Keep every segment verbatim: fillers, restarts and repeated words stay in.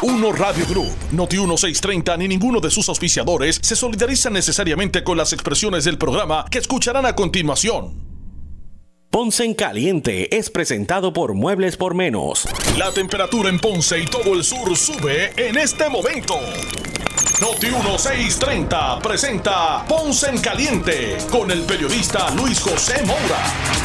uno Radio Group, Noti uno seiscientos treinta ni ninguno de sus auspiciadores se solidarizan necesariamente con las expresiones del programa que escucharán a continuación. Ponce en Caliente es presentado por Muebles por Menos. La temperatura en Ponce y todo el sur sube en este momento. Noti uno seiscientos treinta presenta Ponce en Caliente con el periodista Luis José Moura.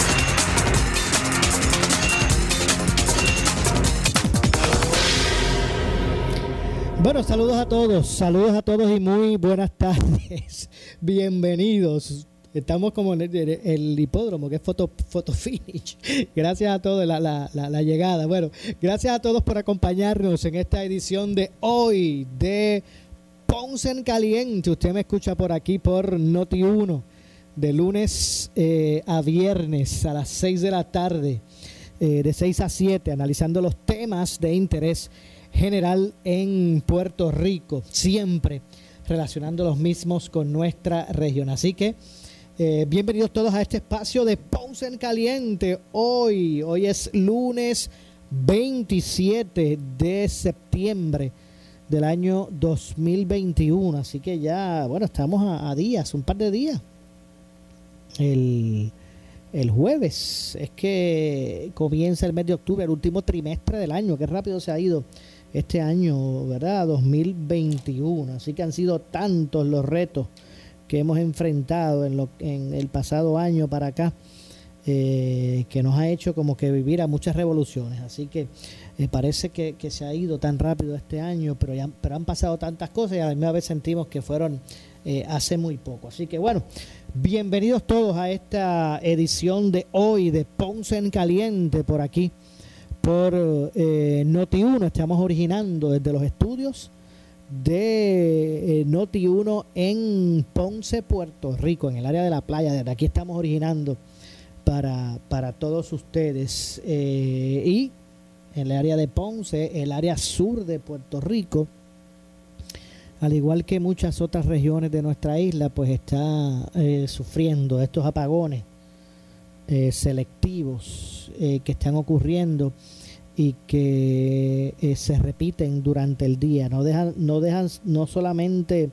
Bueno, saludos a todos, saludos a todos y muy buenas tardes. Bienvenidos. Estamos como en el, el hipódromo, que es foto, foto finish. Gracias a todos la, la, la, la llegada. Bueno, gracias a todos por acompañarnos en esta edición de hoy de Ponce en Caliente. Usted me escucha por aquí por Noti uno, de lunes eh, a viernes a las seis de la tarde, eh, de seis a siete, analizando los temas de interés general en Puerto Rico, siempre relacionando los mismos con nuestra región. Así que eh, bienvenidos todos a este espacio de Ponce en Caliente. Hoy, hoy es lunes veintisiete de septiembre del año dos mil veintiuno. Así que ya, bueno, estamos a, a días, un par de días. El, el jueves es que comienza el mes de octubre, el último trimestre del año. Qué rápido se ha ido este año, ¿verdad? dos mil veintiuno. Así que han sido tantos los retos que hemos enfrentado en, lo, en el pasado año para acá, eh, que nos ha hecho como que vivir a muchas revoluciones. Así que eh, parece que, que se ha ido tan rápido este año, pero, ya, pero han pasado tantas cosas y a la misma vez sentimos que fueron eh, hace muy poco. Así que bueno, bienvenidos todos a esta edición de hoy de Ponce en Caliente por aquí, por eh, Noti uno. Estamos originando desde los estudios de eh, Noti uno en Ponce, Puerto Rico, en el área de la playa. Desde aquí estamos originando para, para todos ustedes. Eh, y en el área de Ponce, el área sur de Puerto Rico, al igual que muchas otras regiones de nuestra isla, pues está eh, sufriendo estos apagones eh, selectivos eh, que están ocurriendo y que eh, se repiten durante el día. No dejan, no dejan, no solamente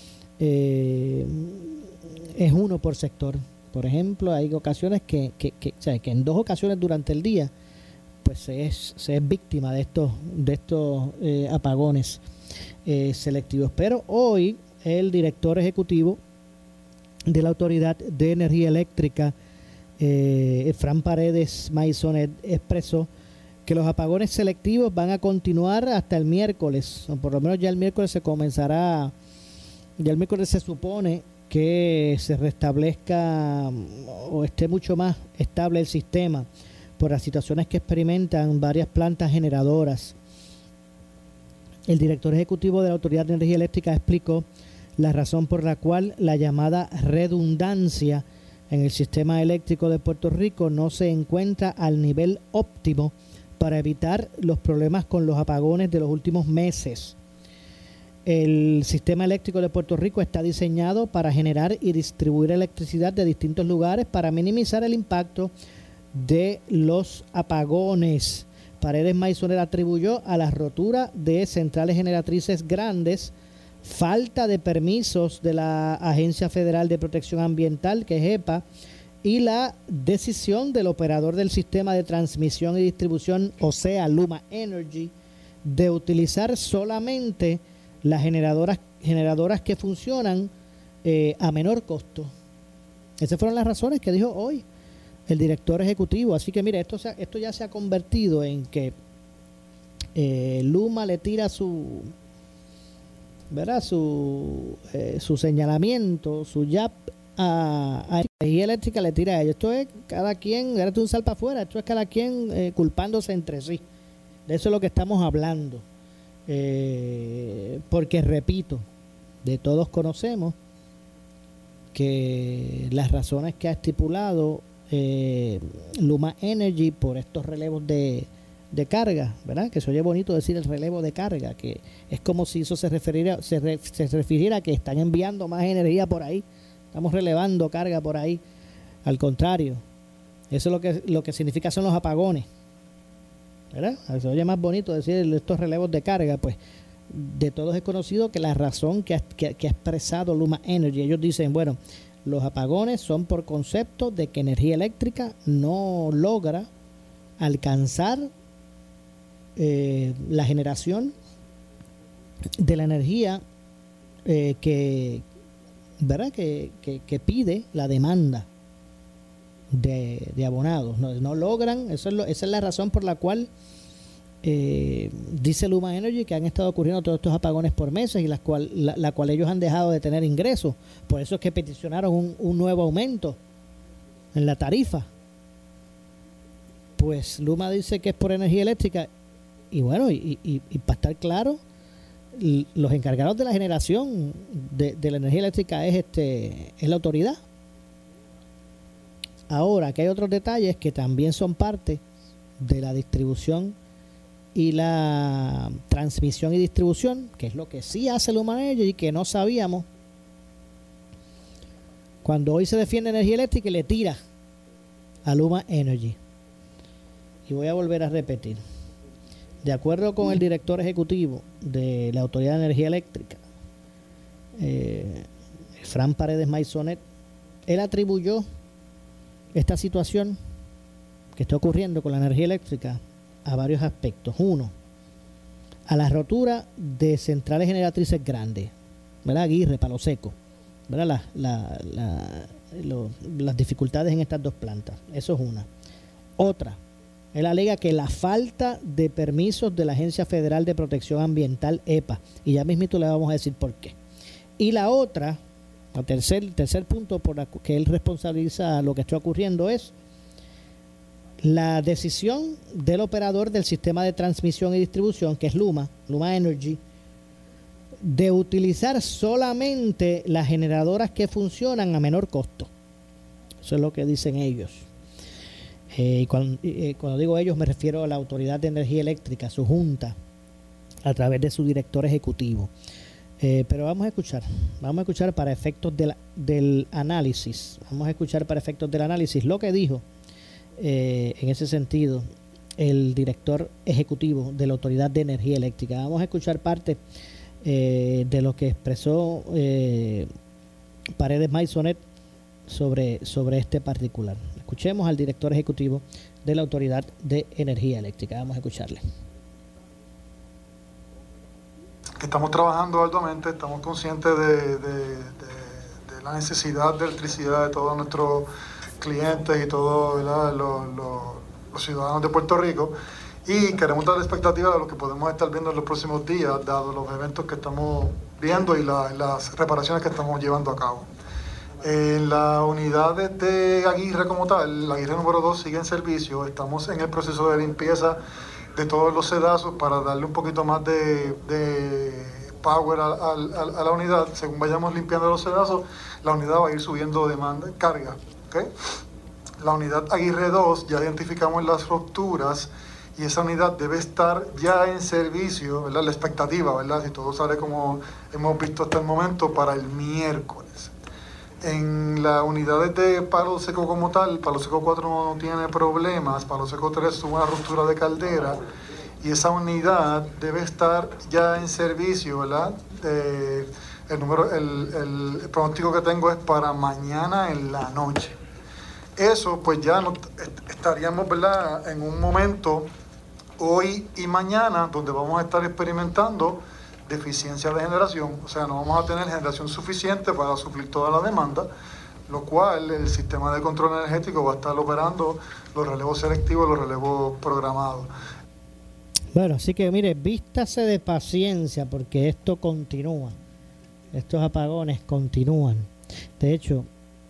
eh, es uno por sector. Por ejemplo, hay ocasiones que, que, que, o sea, que en dos ocasiones durante el día, pues se es, se es víctima de estos, de estos eh, apagones eh, selectivos. Pero hoy el director ejecutivo de la Autoridad de Energía Eléctrica, eh, Fran Paredes Maisonet, expresó que los apagones selectivos van a continuar hasta el miércoles, o por lo menos ya el miércoles se comenzará, ya el miércoles se supone que se restablezca o esté mucho más estable el sistema por las situaciones que experimentan varias plantas generadoras. El director ejecutivo de la Autoridad de Energía Eléctrica explicó la razón por la cual la llamada redundancia en el sistema eléctrico de Puerto Rico no se encuentra al nivel óptimo para evitar los problemas con los apagones de los últimos meses. El sistema eléctrico de Puerto Rico está diseñado para generar y distribuir electricidad de distintos lugares para minimizar el impacto de los apagones. Paredes Maisonet atribuyó a la rotura de centrales generatrices grandes, falta de permisos de la Agencia Federal de Protección Ambiental, que es EPA, y la decisión del operador del sistema de transmisión y distribución, o sea, Luma Energy, de utilizar solamente las generadoras, generadoras que funcionan eh, a menor costo. Esas fueron las razones que dijo hoy el director ejecutivo. Así que mire, esto, se, esto ya se ha convertido en que eh, Luma le tira su, ¿verdad? Su, eh, su señalamiento, su jab a, a energía eléctrica, le tira a ellos. Esto es cada quien, date un sal para afuera, esto es cada quien eh, culpándose entre sí. De eso es lo que estamos hablando. Eh, porque repito, de todos conocemos que las razones que ha estipulado eh, Luma Energy por estos relevos de, de carga, ¿verdad? Que se oye bonito decir el relevo de carga, que es como si eso se refiriera, se, re, se refiriera a que están enviando más energía por ahí, estamos relevando carga por ahí. Al contrario, eso es lo que, lo que significa son los apagones. ¿verdad? Se oye más bonito decir estos relevos de carga, pues de todos es conocido que la razón que ha, que, que ha expresado Luma Energy, ellos dicen, bueno, los apagones son por concepto de que energía eléctrica no logra alcanzar eh, la generación de la energía eh, que, ¿verdad? Que, que, que pide la demanda de, de abonados. No, no logran, eso es lo, esa es la razón por la cual eh, dice Luma Energy que han estado ocurriendo todos estos apagones por meses y las cual, la, la cual ellos han dejado de tener ingresos. Por eso es que peticionaron un, un nuevo aumento en la tarifa. Pues Luma dice que es por energía eléctrica y bueno, y, y, y para estar claro, los encargados de la generación de, de la energía eléctrica es este es la autoridad. Ahora, que hay otros detalles que también son parte de la distribución y la transmisión y distribución, que es lo que sí hace Luma Energy y que no sabíamos. Cuando hoy se defiende energía eléctrica y le tira a Luma Energy. Y voy a volver a repetir. De acuerdo con el director ejecutivo de la Autoridad de Energía Eléctrica, eh, Fran Paredes Maisonet, él atribuyó esta situación que está ocurriendo con la energía eléctrica a varios aspectos. Uno, a la rotura de centrales generatrices grandes, ¿verdad? Aguirre, Palo Seco, ¿verdad? La, la, la, lo, las dificultades en estas dos plantas. Eso es una. Otra, él alega que la falta de permisos de la Agencia Federal de Protección Ambiental, E P A, y ya mismito le vamos a decir por qué. Y la otra, el tercer, tercer punto por la que él responsabiliza lo que está ocurriendo es la decisión del operador del sistema de transmisión y distribución, que es Luma, Luma Energy, de utilizar solamente las generadoras que funcionan a menor costo. Eso es lo que dicen ellos. Eh, y cuando, eh, cuando digo ellos me refiero a la Autoridad de Energía Eléctrica, su junta, a través de su director ejecutivo. Eh, pero vamos a escuchar, vamos a escuchar para efectos de la, del análisis, vamos a escuchar para efectos del análisis lo que dijo eh, en ese sentido el director ejecutivo de la Autoridad de Energía Eléctrica. Vamos a escuchar parte eh, de lo que expresó eh, Paredes Maisonet sobre, sobre este particular. Escuchemos al director ejecutivo de la Autoridad de Energía Eléctrica. Vamos a escucharle. Estamos trabajando arduamente, estamos conscientes de, de, de, de la necesidad de electricidad de todos nuestros clientes y todos los, los, los ciudadanos de Puerto Rico, y queremos dar expectativa de lo que podemos estar viendo en los próximos días, dado los eventos que estamos viendo y la, las reparaciones que estamos llevando a cabo. En la unidad de, de Aguirre como tal, la Aguirre número dos sigue en servicio. Estamos en el proceso de limpieza de todos los sedazos para darle un poquito más de, de power a, a, a la unidad. Según vayamos limpiando los sedazos, la unidad va a ir subiendo demanda, carga. ¿Okay? La unidad Aguirre dos, ya identificamos las rupturas y esa unidad debe estar ya en servicio, ¿verdad? La expectativa, ¿verdad? Si todo sale como hemos visto hasta el momento, para el miércoles. En las unidades de Palo Seco como tal, Palo Seco cuatro no tiene problemas, Palo Seco tres tuvo una ruptura de caldera y esa unidad debe estar ya en servicio, ¿verdad? Eh, el, número, el, el pronóstico que tengo es para mañana en la noche. Eso pues ya no, estaríamos, ¿verdad?, en un momento hoy y mañana donde vamos a estar experimentando deficiencia de generación, o sea, no vamos a tener generación suficiente para suplir toda la demanda, lo cual el sistema de control energético va a estar operando los relevos selectivos, los relevos programados. Bueno, así que mire, vístase de paciencia porque esto continúa, estos apagones continúan. De hecho,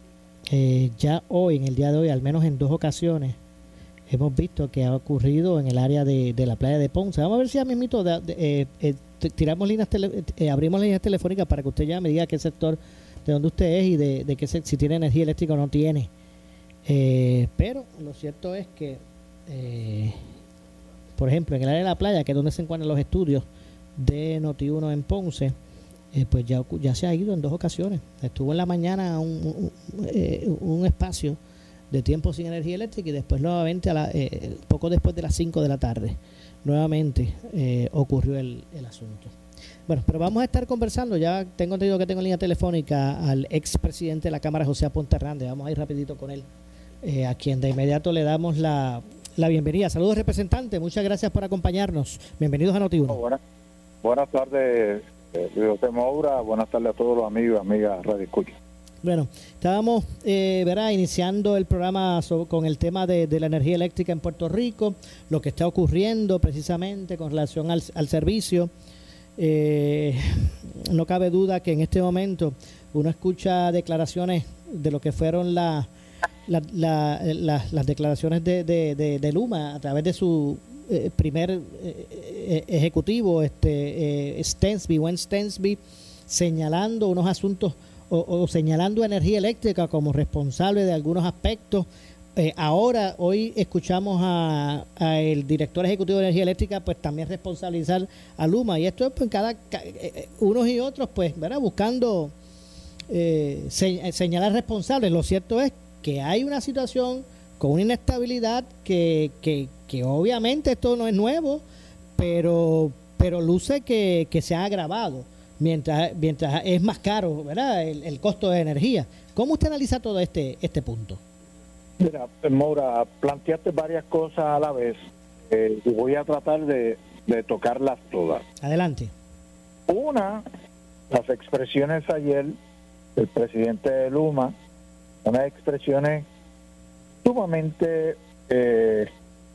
eh, ya hoy, en el día de hoy, al menos en dos ocasiones, hemos visto que ha ocurrido en el área de, de la playa de Ponce. Vamos a ver si a mismito de, de, eh, eh, tiramos líneas tele, eh, abrimos líneas telefónicas para que usted ya me diga qué sector, de dónde usted es y de, de qué se, si tiene energía eléctrica o no tiene. Eh, pero lo cierto es que, eh, por ejemplo, en el área de la playa, que es donde se encuentran los estudios de Noti uno en Ponce, eh, pues ya, ya se ha ido en dos ocasiones. Estuvo en la mañana un, un, eh, un espacio de tiempo sin energía eléctrica y después nuevamente, a la, eh, poco después de las cinco de la tarde, nuevamente eh, ocurrió el, el asunto. Bueno, pero vamos a estar conversando, ya tengo entendido que tengo en línea telefónica al expresidente de la Cámara, José Aponte Hernández, vamos a ir rapidito con él, eh, a quien de inmediato le damos la, la bienvenida. Saludos, representante, muchas gracias por acompañarnos, bienvenidos a Noti uno. Oh, buenas, buenas tardes, eh, Luis José Moura, buenas tardes a todos los amigos y amigas Radio Escucha. Bueno, estábamos eh, ¿verdad? iniciando el programa sobre, con el tema de, de la energía eléctrica en Puerto Rico, lo que está ocurriendo precisamente con relación al, al servicio. Eh, no cabe duda que en este momento uno escucha declaraciones de lo que fueron la, la, la, la, las declaraciones de, de, de, de Luma a través de su eh, primer eh, ejecutivo, este eh, Stensby, Wayne Stensby, señalando unos asuntos O, o señalando energía eléctrica como responsable de algunos aspectos. Eh, ahora, hoy escuchamos a, a el director ejecutivo de energía eléctrica, pues también responsabilizar a Luma. Y esto es pues cada, eh, unos y otros, pues, ¿verdad? Buscando eh, se, señalar responsables. Lo cierto es que hay una situación con una inestabilidad que, que, que obviamente esto no es nuevo, pero, pero luce que, que se ha agravado. Mientras, mientras es más caro, ¿verdad? El, el costo de energía. ¿Cómo usted analiza todo este este punto? Mira, Moura, planteaste varias cosas a la vez eh, y voy a tratar de, de tocarlas todas. Adelante. Una, las expresiones ayer del presidente de Luma, unas expresiones sumamente, eh,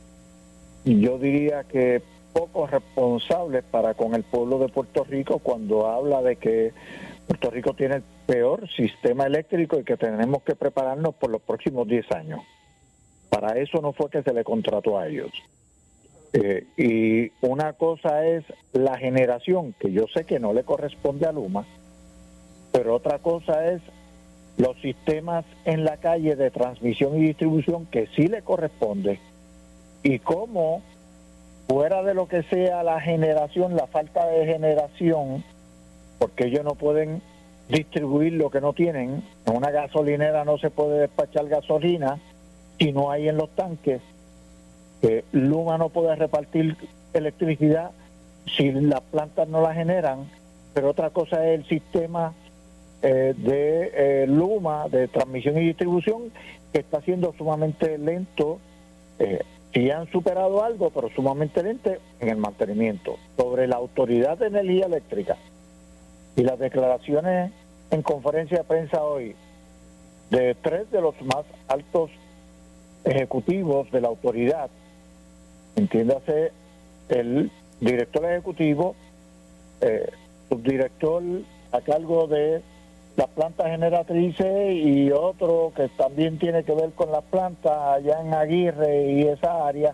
yo diría que poco responsables para con el pueblo de Puerto Rico cuando habla de que Puerto Rico tiene el peor sistema eléctrico y que tenemos que prepararnos por los próximos diez años. Para eso no fue que se le contrató a ellos. Eh, y una cosa es la generación, que yo sé que no le corresponde a Luma, pero otra cosa es los sistemas en la calle de transmisión y distribución que sí le corresponde, y cómo fuera de lo que sea la generación, la falta de generación, porque ellos no pueden distribuir lo que no tienen. En una gasolinera no se puede despachar gasolina si no hay en los tanques. Eh, Luma no puede repartir electricidad si las plantas no la generan, pero otra cosa es el sistema eh, de eh, Luma de transmisión y distribución, que está siendo sumamente lento. Eh, Sí han superado algo, pero sumamente lento en el mantenimiento. Sobre la Autoridad de Energía Eléctrica y las declaraciones en conferencia de prensa hoy de tres de los más altos ejecutivos de la autoridad, entiéndase el director ejecutivo, eh, subdirector a cargo de las plantas generatrices y otro que también tiene que ver con las plantas allá en Aguirre y esa área,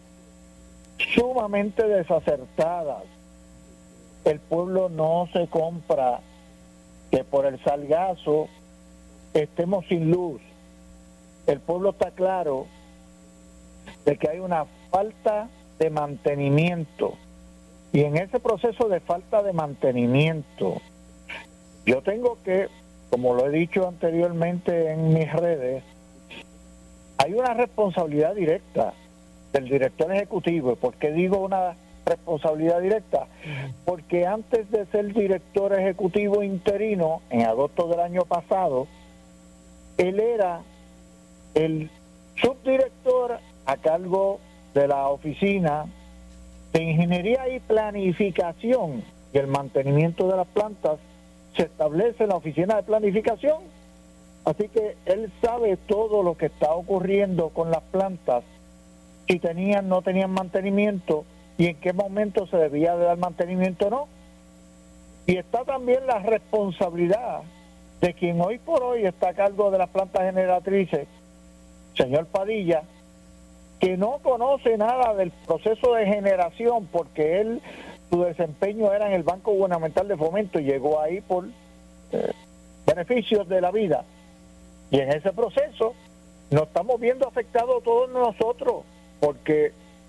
sumamente desacertadas. El pueblo no se compra que por el salgazo estemos sin luz. El pueblo está claro de que hay una falta de mantenimiento, y en ese proceso de falta de mantenimiento yo tengo que, como lo he dicho anteriormente en mis redes, hay una responsabilidad directa del director ejecutivo. ¿Por qué digo una responsabilidad directa? Porque antes de ser director ejecutivo interino, en agosto del año pasado, él era el subdirector a cargo de la oficina de ingeniería y planificación, y el mantenimiento de las plantas se establece en la oficina de planificación. Así que él sabe todo lo que está ocurriendo con las plantas, si tenían, no tenían mantenimiento, y en qué momento se debía de dar mantenimiento o no. Y está también la responsabilidad de quien hoy por hoy está a cargo de las plantas generatrices, señor Padilla, que no conoce nada del proceso de generación, porque él, su desempeño era en el Banco Gubernamental de Fomento y llegó ahí por eh, beneficios de la vida. Y en ese proceso nos estamos viendo afectados todos nosotros, porque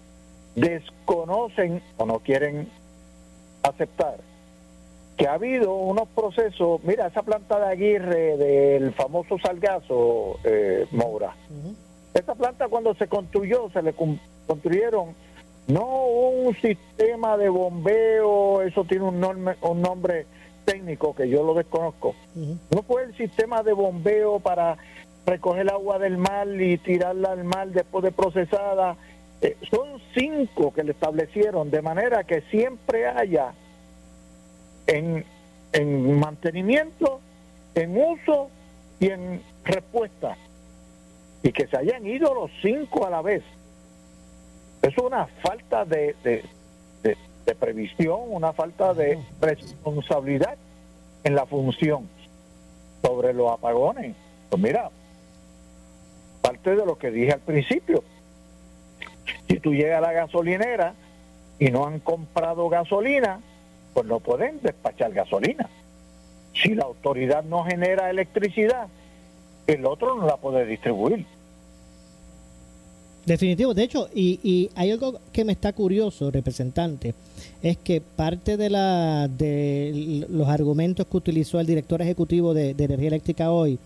desconocen o no quieren aceptar que ha habido unos procesos. Mira, esa planta de Aguirre del famoso salgazo, eh, Moura, uh-huh. Esta planta cuando se construyó, se le construyeron no un sistema de bombeo, eso tiene un nombre, un nombre técnico que yo lo desconozco. Uh-huh. No fue el sistema de bombeo para recoger agua del mar y tirarla al mar después de procesada. Eh, son cinco que le establecieron, de manera que siempre haya en, en mantenimiento, en uso y en respuesta, y que se hayan ido los cinco a la vez. Es una falta de, de, de, de previsión, una falta de responsabilidad en la función. Sobre los apagones, pues mira, parte de lo que dije al principio, si tú llegas a la gasolinera y no han comprado gasolina, pues no pueden despachar gasolina. Si la autoridad no genera electricidad, el otro no la puede distribuir. Definitivo, de hecho, y, y hay algo que me está curioso, representante, es que parte de la de los argumentos que utilizó el director ejecutivo de, de Energía Eléctrica hoy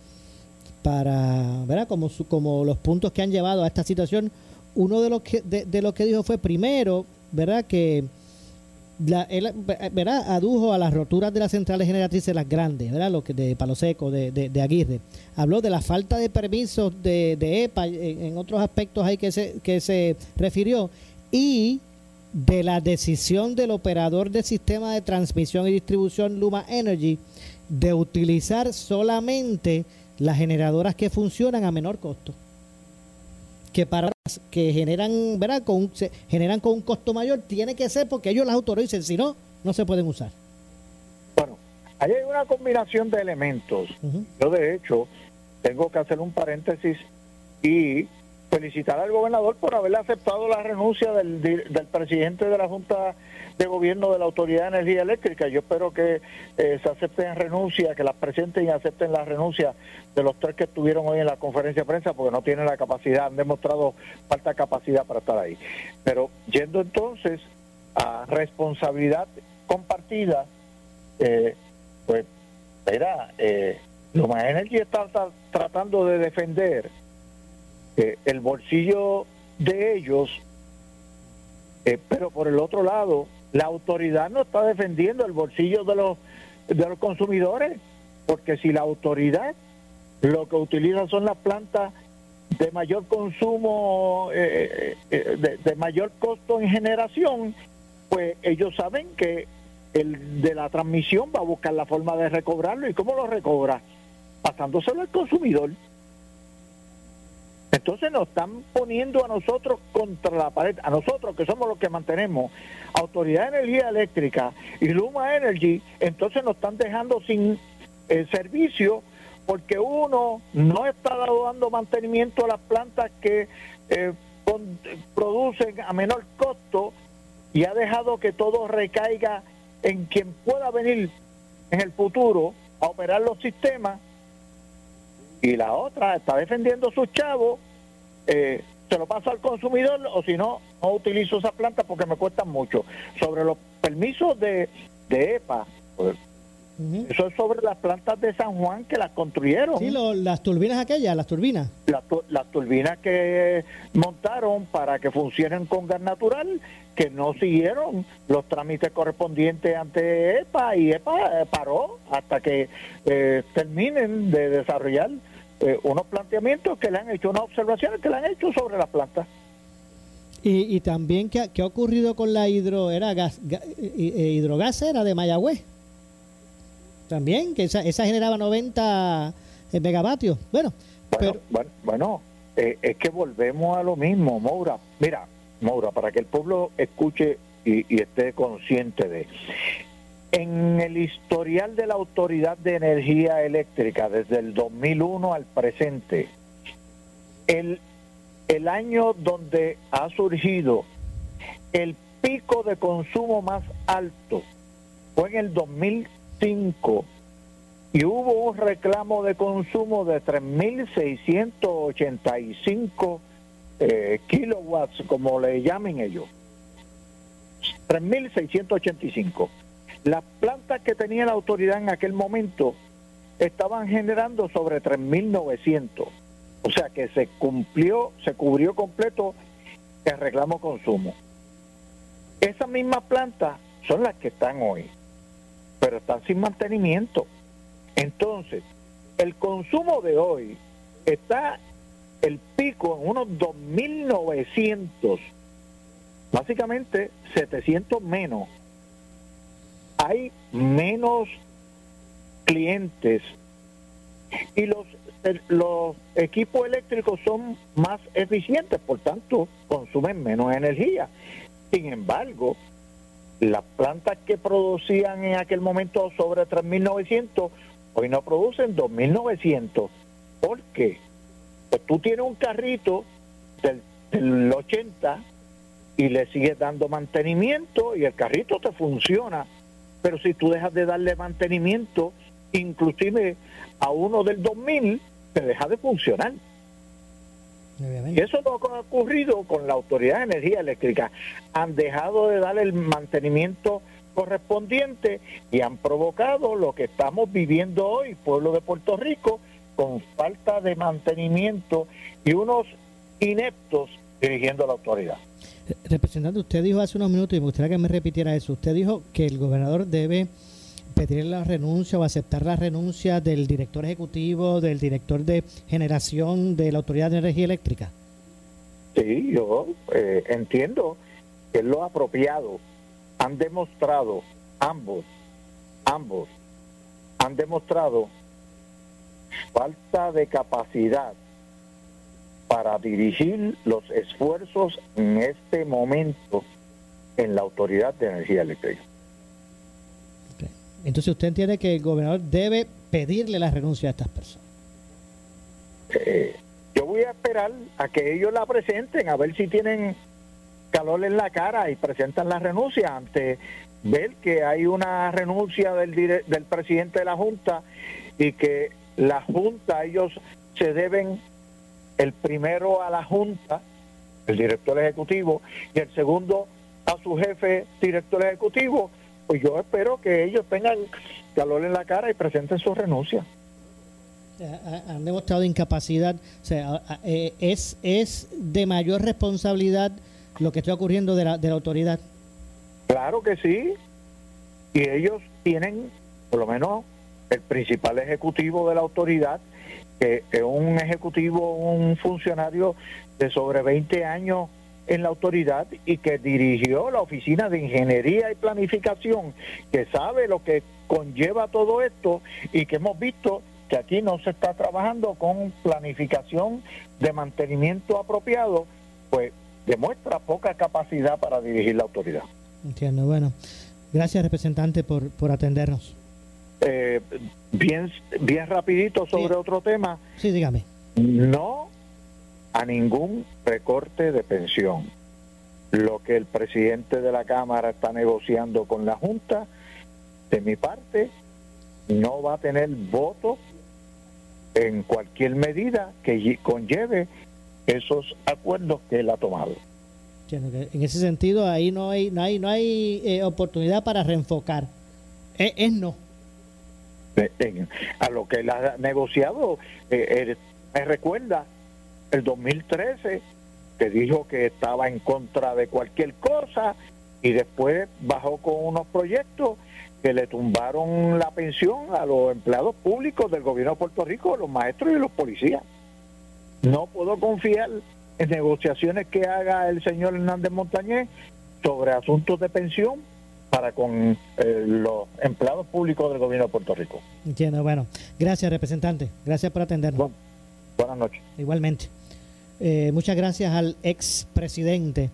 para, ¿verdad? Como su, como los puntos que han llevado a esta situación, uno de los que de, de lo que dijo fue primero, ¿verdad? Que la, él, ¿verdad? Adujo a las roturas de las centrales generatrices, las grandes, ¿verdad? Lo que de Palo Seco, de, de, de Aguirre. Habló de la falta de permisos de, de E P A, en, en otros aspectos ahí que se, que se refirió, y de la decisión del operador del sistema de transmisión y distribución Luma Energy de utilizar solamente las generadoras que funcionan a menor costo, que para que generan, ¿verdad? Con un, se, generan con un costo mayor, tiene que ser porque ellos las autorizan, si no, no se pueden usar. Bueno, ahí hay una combinación de elementos. Uh-huh. Yo, de hecho, tengo que hacer un paréntesis y felicitar al gobernador por haberle aceptado la renuncia del, del presidente de la Junta de Gobierno de la Autoridad de Energía Eléctrica. Yo espero que eh, se acepten renuncias, que las presenten y acepten la renuncia de los tres que estuvieron hoy en la conferencia de prensa, porque no tienen la capacidad, han demostrado falta de capacidad para estar ahí. Pero yendo entonces a responsabilidad compartida, eh, pues, mira, eh, Luma Energy está, está tratando de defender eh, el bolsillo de ellos, eh, pero por el otro lado, la autoridad no está defendiendo el bolsillo de los de los consumidores, porque si la autoridad lo que utiliza son las plantas de mayor consumo, eh, eh, de, de mayor costo en generación, pues ellos saben que el de la transmisión va a buscar la forma de recobrarlo. ¿Y cómo lo recobra? Pasándoselo al consumidor. Entonces nos están poniendo a nosotros contra la pared, a nosotros que somos los que mantenemos Autoridad de Energía Eléctrica y Luma Energy. Entonces nos están dejando sin eh, servicio, porque uno no está dando mantenimiento a las plantas que eh, con, producen a menor costo, y ha dejado que todo recaiga en quien pueda venir en el futuro a operar los sistemas, y la otra está defendiendo sus chavos, eh, se lo pasa al consumidor, o si no, no utilizo esas plantas porque me cuestan mucho. Sobre los permisos de, de E P A, pues, uh-huh. Eso es sobre las plantas de San Juan que las construyeron. Sí, lo, las turbinas aquellas, las turbinas. Las, las turbinas que montaron para que funcionen con gas natural, que no siguieron los trámites correspondientes ante E P A, y E P A paró hasta que eh, terminen de desarrollar eh, unos planteamientos que le han hecho, unas observaciones que le han hecho sobre las plantas. Y, y también, ¿qué, ¿qué ha ocurrido con la hidro, era gas, gas, hidrogasera de Mayagüez? También, que esa, esa generaba noventa megavatios. Bueno, bueno, pero... bueno, bueno eh, es que volvemos a lo mismo, Moura. Mira, Moura, para que el pueblo escuche y, y esté consciente de... En el historial de la Autoridad de Energía Eléctrica, desde el dos mil uno al presente, el, el año donde ha surgido el pico de consumo más alto fue en el dos mil cinco, y hubo un reclamo de consumo de tres mil seiscientos ochenta y cinco eh, kilowatts, como le llamen ellos, tres mil seiscientos ochenta y cinco. Las plantas que tenía la autoridad en aquel momento estaban generando sobre tres mil novecientos. O sea que se cumplió, se cubrió completo el reclamo consumo. Esas mismas plantas son las que están hoy, pero están sin mantenimiento. Entonces, el consumo de hoy está el pico en unos dos mil novecientos, básicamente setecientos menos. Hay menos clientes y los los equipos eléctricos son más eficientes, por tanto consumen menos energía. Sin embargo, las plantas que producían en aquel momento sobre tres mil novecientos hoy no producen dos mil novecientos. ¿Por qué? Pues tú tienes un carrito del, del ochenta y le sigues dando mantenimiento y el carrito te funciona, pero si tú dejas de darle mantenimiento, inclusive a uno del dos mil, te deja de funcionar. Obviamente. Y eso no ha ocurrido con la Autoridad de Energía Eléctrica. Han dejado de darle el mantenimiento correspondiente y han provocado lo que estamos viviendo hoy, pueblo de Puerto Rico, con falta de mantenimiento y unos ineptos dirigiendo la autoridad. Representante, usted dijo hace unos minutos, y me gustaría que me repitiera eso, usted dijo que el gobernador debe pedir la renuncia o aceptar la renuncia del director ejecutivo, del director de generación de la Autoridad de Energía Eléctrica. Sí, yo eh, entiendo que es lo apropiado. Han demostrado, ambos, ambos, han demostrado falta de capacidad para dirigir los esfuerzos en este momento en la Autoridad de Energía Eléctrica. Entonces usted entiende que el gobernador debe pedirle la renuncia a estas personas. Eh, yo voy a esperar a que ellos la presenten, a ver si tienen calor en la cara y presentan la renuncia ante ver que hay una renuncia del, dire- del presidente de la Junta y que la Junta, ellos se deben el primero a la Junta, el director ejecutivo, y el segundo a su jefe director ejecutivo. Pues yo espero que ellos tengan calor en la cara y presenten su renuncia. Han demostrado incapacidad. O sea, es es de mayor responsabilidad lo que está ocurriendo de la, de la autoridad. Claro que sí. Y ellos tienen, por lo menos, el principal ejecutivo de la autoridad, que es un ejecutivo, un funcionario de sobre veinte años en la autoridad y que dirigió la Oficina de Ingeniería y Planificación, que sabe lo que conlleva todo esto y que hemos visto que aquí no se está trabajando con planificación de mantenimiento apropiado, pues demuestra poca capacidad para dirigir la autoridad. Entiendo. Bueno, gracias, representante, por, por atendernos. Eh, bien, bien rapidito sobre sí. Otro tema. Sí, dígame. No a ningún recorte de pensión. Lo que el presidente de la Cámara está negociando con la Junta, de mi parte, no va a tener voto en cualquier medida que conlleve esos acuerdos que él ha tomado. En ese sentido, ahí no hay no hay no hay eh, oportunidad para reenfocar. Es, es no. A lo que él ha negociado, eh, eh, me recuerda el dos mil trece, que dijo que estaba en contra de cualquier cosa y después bajó con unos proyectos que le tumbaron la pensión a los empleados públicos del gobierno de Puerto Rico, los maestros y los policías. No puedo confiar en negociaciones que haga el señor Hernández Montañez sobre asuntos de pensión para con eh, los empleados públicos del gobierno de Puerto Rico. Entiendo. Bueno, gracias, representante. Gracias por atendernos. Bueno, buenas noches. Igualmente. Eh, muchas gracias al expresidente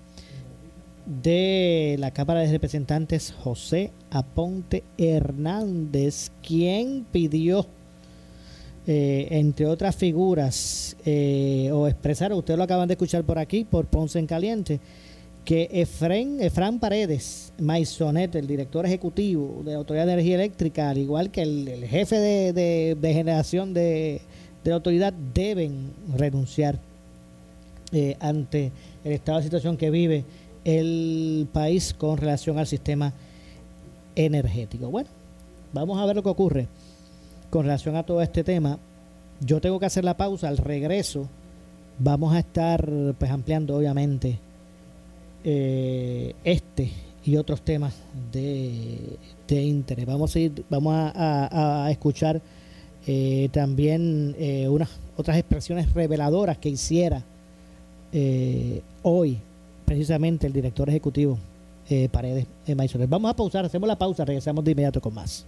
de la Cámara de Representantes, José Aponte Hernández, quien pidió, eh, entre otras figuras, eh, o expresaron, ustedes lo acaban de escuchar por aquí, por Ponce en Caliente, que Efren, Efran Paredes Maisonet, el director ejecutivo de la Autoridad de Energía Eléctrica, al igual que el, el jefe de, de, de generación de, de la autoridad, deben renunciar eh, ante el estado de situación que vive el país con relación al sistema energético. Bueno, vamos a ver lo que ocurre con relación a todo este tema Yo tengo que hacer la pausa. Al regreso vamos a estar pues ampliando obviamente eh, este y otros temas de, de interés. Vamos a ir, vamos a, a, a escuchar eh, también eh, unas otras expresiones reveladoras que hiciera eh, hoy precisamente el director ejecutivo eh, Paredes eh, Maysonet. Vamos a pausar, hacemos la pausa, regresamos de inmediato con más.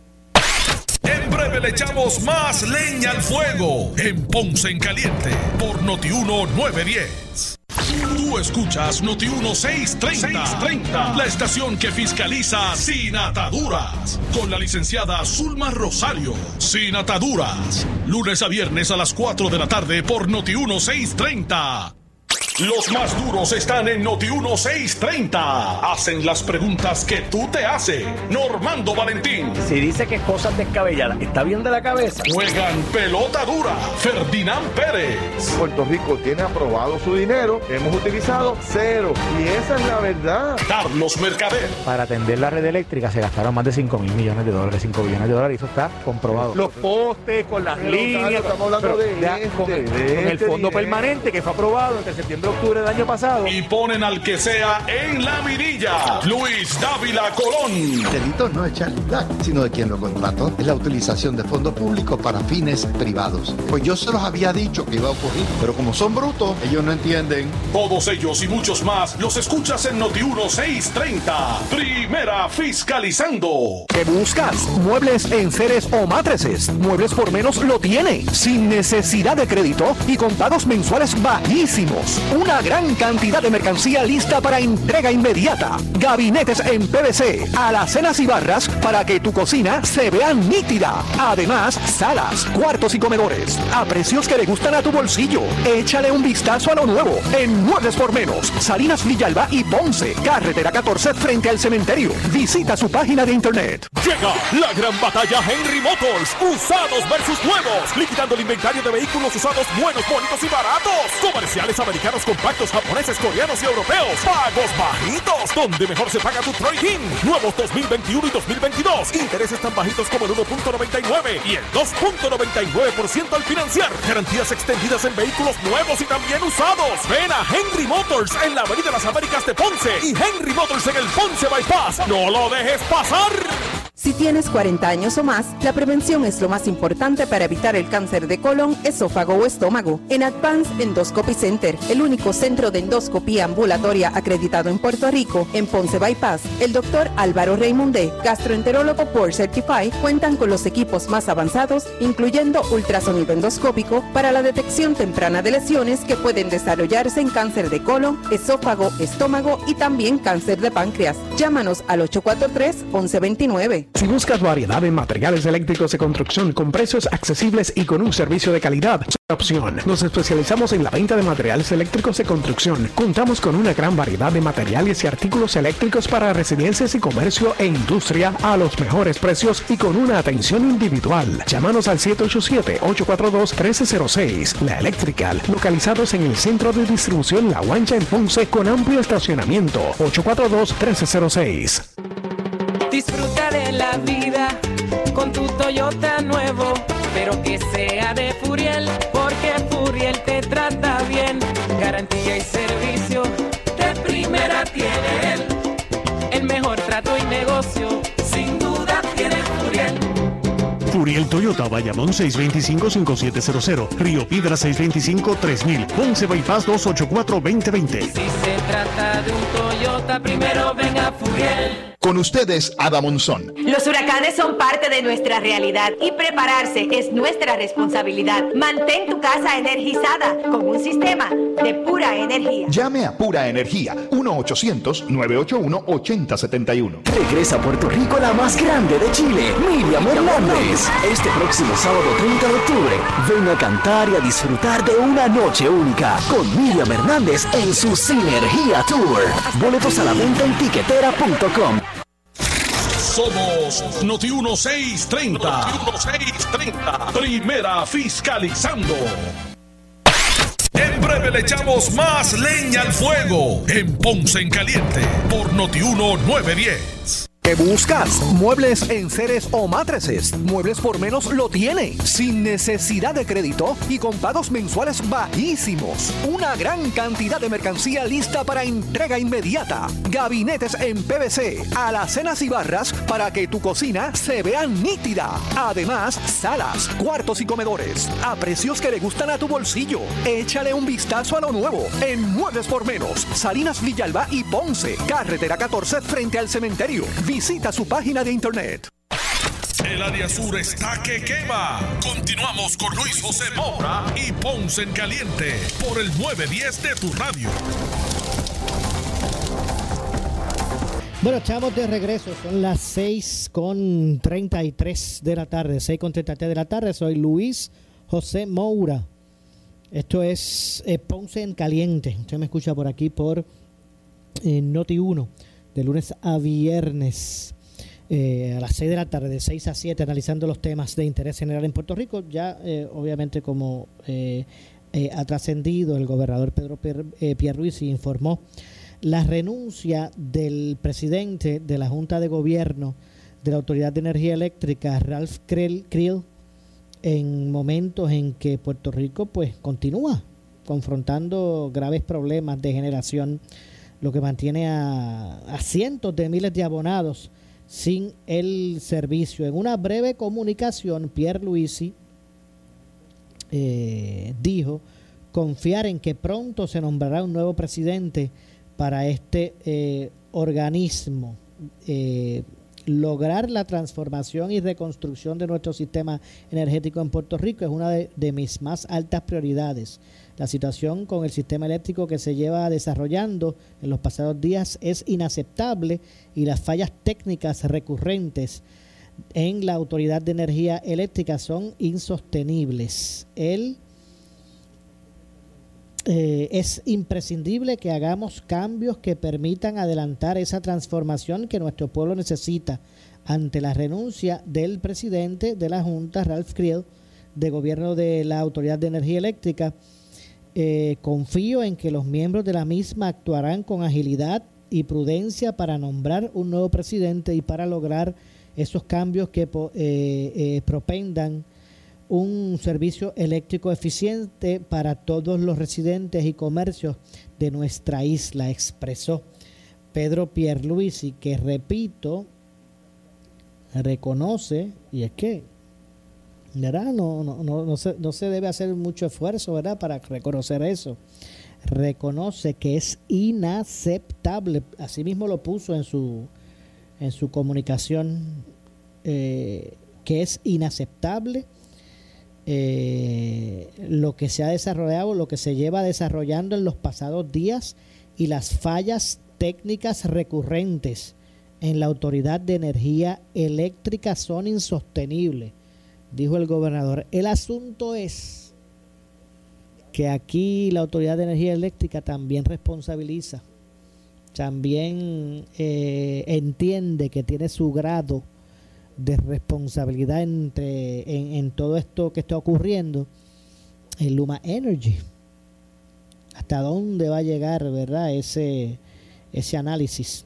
En breve le echamos más leña al fuego en Ponce en Caliente por Noti uno nueve diez. Tú escuchas Noti uno seiscientos treinta, la estación que fiscaliza sin ataduras, con la licenciada Zulma Rosario. Sin ataduras, lunes a viernes a las cuatro de la tarde por Noti uno seiscientos treinta. Los más duros están en Noti uno seiscientos treinta. Hacen las preguntas que tú te haces. Normando Valentín. Si dice que es cosas descabelladas, ¿está bien de la cabeza? Juegan pelota dura. Ferdinand Pérez. Puerto Rico tiene aprobado su dinero. Hemos utilizado cero. Y esa es la verdad. Carlos Mercader. Para atender la red eléctrica se gastaron más de cinco mil millones de dólares. cinco billones de dólares. Y eso está comprobado. Los postes con las Pero, líneas. Estamos hablando de, de, este, con, el, de con el fondo dinero. Permanente que fue aprobado entre septiembre octubre del año pasado. Y ponen al que sea en la mirilla. Luis Dávila Colón. El delito no es Charlie Black, sino de quien lo contrató. Es la utilización de fondos públicos para fines privados. Pues yo se los había dicho que iba a ocurrir, pero como son brutos, ellos no entienden. Todos ellos y muchos más los escuchas en Noti uno seiscientos treinta. Primera fiscalizando. ¿Qué buscas? Muebles, enseres o matrices. Muebles por menos lo tiene. Sin necesidad de crédito y con pagos mensuales bajísimos. Una gran cantidad de mercancía lista para entrega inmediata. Gabinetes en P V C, alacenas y barras para que tu cocina se vea nítida. Además, salas, cuartos y comedores a precios que le gustan a tu bolsillo. Échale un vistazo a lo nuevo en Muebles por Menos, Salinas, Villalba y Ponce, carretera catorce frente al cementerio. Visita su página de internet. Llega la gran batalla Henry Motors, usados versus nuevos, liquidando el inventario de vehículos usados buenos, bonitos y baratos. Comerciales americanos compactos, japoneses, coreanos y europeos. Pagos bajitos, donde mejor se paga tu trading. Nuevos dos mil veintiuno y dos mil veintidós. Intereses tan bajitos como el uno punto noventa y nueve y el dos punto noventa y nueve por ciento al financiar. Garantías extendidas en vehículos nuevos y también usados. Ven a Henry Motors en la Avenida Las Américas de Ponce y Henry Motors en el Ponce Bypass. ¡No lo dejes pasar! Si tienes cuarenta años o más, la prevención es lo más importante para evitar el cáncer de colon, esófago o estómago. En Advanced Endoscopy Center, el único centro de endoscopía ambulatoria acreditado en Puerto Rico, en Ponce Bypass, el doctor Álvaro Raymondé, gastroenterólogo Board Certified, cuentan con los equipos más avanzados, incluyendo ultrasonido endoscópico para la detección temprana de lesiones que pueden desarrollarse en cáncer de colon, esófago, estómago y también cáncer de páncreas. Llámanos al ocho cuatro tres, once veintinueve. Si buscas variedad en materiales eléctricos de construcción con precios accesibles y con un servicio de calidad, opción. Nos especializamos en la venta de materiales eléctricos de construcción. Contamos con una gran variedad de materiales y artículos eléctricos para residencias y comercio e industria a los mejores precios y con una atención individual. Llámanos al siete ocho siete, ocho cuatro dos, uno tres cero seis. La Electrical, localizados en el centro de distribución La Guancha en Ponce con amplio estacionamiento. ocho cuatro dos, uno tres cero seis. Disfruta de la vida con tu Toyota nuevo, pero que sea de Furiel, porque Furiel te trata bien. Garantía y servicio de primera tiene él. El mejor trato y negocio, sin duda tiene Furiel. Furiel Toyota, Bayamón seis dos cinco, cinco siete cero cero, Río Piedra seis dos cinco, tres mil, Ponce Bypass dos ocho cuatro, dos cero dos cero. Si se trata de un Toyota, primero venga Furiel. Con ustedes, Ada Monzón. Los huracanes son parte de nuestra realidad y prepararse es nuestra responsabilidad. Mantén tu casa energizada con un sistema de Pura Energía. Llame a Pura Energía, uno ochocientos, nueve ocho uno, ocho cero siete uno. Regresa a Puerto Rico la más grande de Chile, Miriam Hernández. Este próximo sábado treinta de octubre, ven a cantar y a disfrutar de una noche única con Miriam Hernández en su Sinergia Tour. Boletos a la venta en tiquetera punto com. Somos Noti uno seiscientos treinta. Noti uno seiscientos treinta. Primera fiscalizando. En breve le echamos más leña al fuego en Ponce en Caliente por Noti uno nueve diez. ¿Qué buscas? Muebles, enseres o matrices. Muebles por menos lo tiene, sin necesidad de crédito y con pagos mensuales bajísimos. Una gran cantidad de mercancía lista para entrega inmediata. Gabinetes en P V C, alacenas y barras para que tu cocina se vea nítida. Además, salas, cuartos y comedores a precios que le gustan a tu bolsillo. Échale un vistazo a lo nuevo en Muebles por Menos, Salinas Villalba y Ponce, carretera catorce frente al cementerio. Visita su página de internet. El área sur está que quema. Continuamos con Luis José Moura y Ponce en Caliente por el nueve diez de tu radio. Bueno, estamos de regreso. Son las seis con treinta y tres de la tarde. seis con treinta y tres de la tarde. Soy Luis José Moura. Esto es eh, Ponce en Caliente. Usted me escucha por aquí por eh, Noti uno. De lunes a viernes eh, a las seis de la tarde, de seis a siete, analizando los temas de interés general en Puerto Rico. Ya, eh, obviamente, como eh, eh, ha trascendido, el gobernador Pedro Pier, eh, Pierluisi informó la renuncia del presidente de la Junta de Gobierno de la Autoridad de Energía Eléctrica, Ralph Creel, en momentos en que Puerto Rico pues continúa confrontando graves problemas de generación, lo que mantiene a, a cientos de miles de abonados sin el servicio. En una breve comunicación, Pierluisi eh, dijo confiar en que pronto se nombrará un nuevo presidente para este eh, organismo. Eh, lograr la transformación y reconstrucción de nuestro sistema energético en Puerto Rico es una de, de mis más altas prioridades. La situación con el sistema eléctrico que se lleva desarrollando en los pasados días es inaceptable y las fallas técnicas recurrentes en la Autoridad de Energía Eléctrica son insostenibles. El Eh, es imprescindible que hagamos cambios que permitan adelantar esa transformación que nuestro pueblo necesita. Ante la renuncia del presidente de la Junta, Ralph Creel, de Gobierno de la Autoridad de Energía Eléctrica, eh, confío en que los miembros de la misma actuarán con agilidad y prudencia para nombrar un nuevo presidente y para lograr esos cambios que eh, eh, propendan un servicio eléctrico eficiente para todos los residentes y comercios de nuestra isla, expresó Pedro Pierluisi, que, repito, reconoce, y es que, ¿verdad? No, no, no, no, se, no se debe hacer mucho esfuerzo, ¿verdad?, para reconocer eso. Reconoce que es inaceptable, así mismo lo puso en su, en su comunicación, eh, que es inaceptable Eh, lo que se ha desarrollado, lo que se lleva desarrollando en los pasados días y las fallas técnicas recurrentes en la Autoridad de Energía Eléctrica son insostenibles, dijo el gobernador. El asunto es que aquí la Autoridad de Energía Eléctrica también responsabiliza, también eh, entiende que tiene su grado de responsabilidad entre en, en todo esto que está ocurriendo en Luma Energy. ¿Hasta dónde va a llegar, verdad, ese, ese análisis?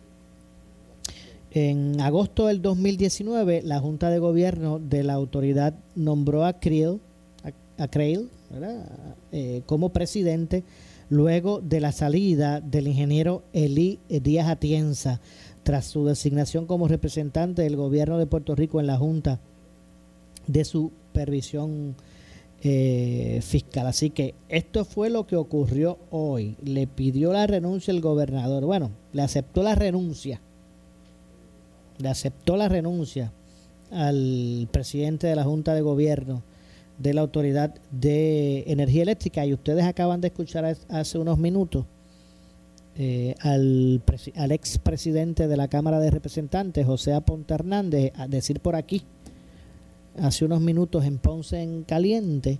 En agosto del dos mil diecinueve, la Junta de Gobierno de la autoridad nombró a Creel, a, a Creel, ¿verdad?, eh, como presidente, luego de la salida del ingeniero Elí Díaz Atienza, tras su designación como representante del gobierno de Puerto Rico en la Junta de Supervisión eh, Fiscal. Así que esto fue lo que ocurrió hoy. Le pidió la renuncia el gobernador. Bueno, le aceptó la renuncia. Le aceptó la renuncia al presidente de la Junta de Gobierno de la Autoridad de Energía Eléctrica. Y ustedes acaban de escuchar hace unos minutos Eh, al, al expresidente de la Cámara de Representantes, José Aponte Hernández, a decir por aquí hace unos minutos en Ponce en Caliente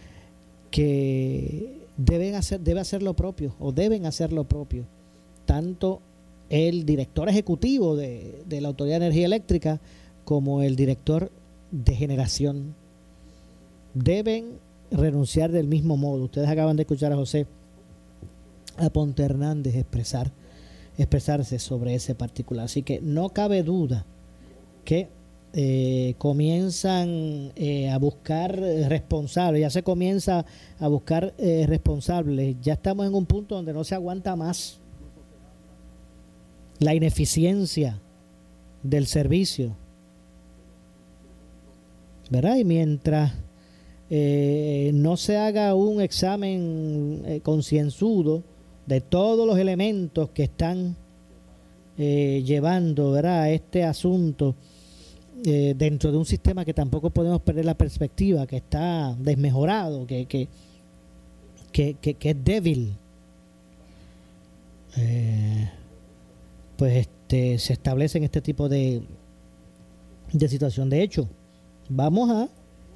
que deben hacer, debe hacer lo propio o deben hacer lo propio tanto el director ejecutivo de, de la Autoridad de Energía Eléctrica como el director de generación. Deben renunciar del mismo modo. Ustedes acaban de escuchar a José Aponte Hernández expresar expresarse sobre ese particular. Así que no cabe duda que eh, comienzan eh, a buscar responsables, ya se comienza a buscar eh, responsables, ya estamos en un punto donde no se aguanta más la ineficiencia del servicio, ¿verdad? Y mientras eh, no se haga un examen eh, concienzudo de todos los elementos que están eh, llevando, ¿verdad?, a este asunto eh, dentro de un sistema que tampoco podemos perder la perspectiva, que está desmejorado, que, que, que, que, que es débil, eh, pues este, se establecen este tipo de, de situación. De hecho, vamos a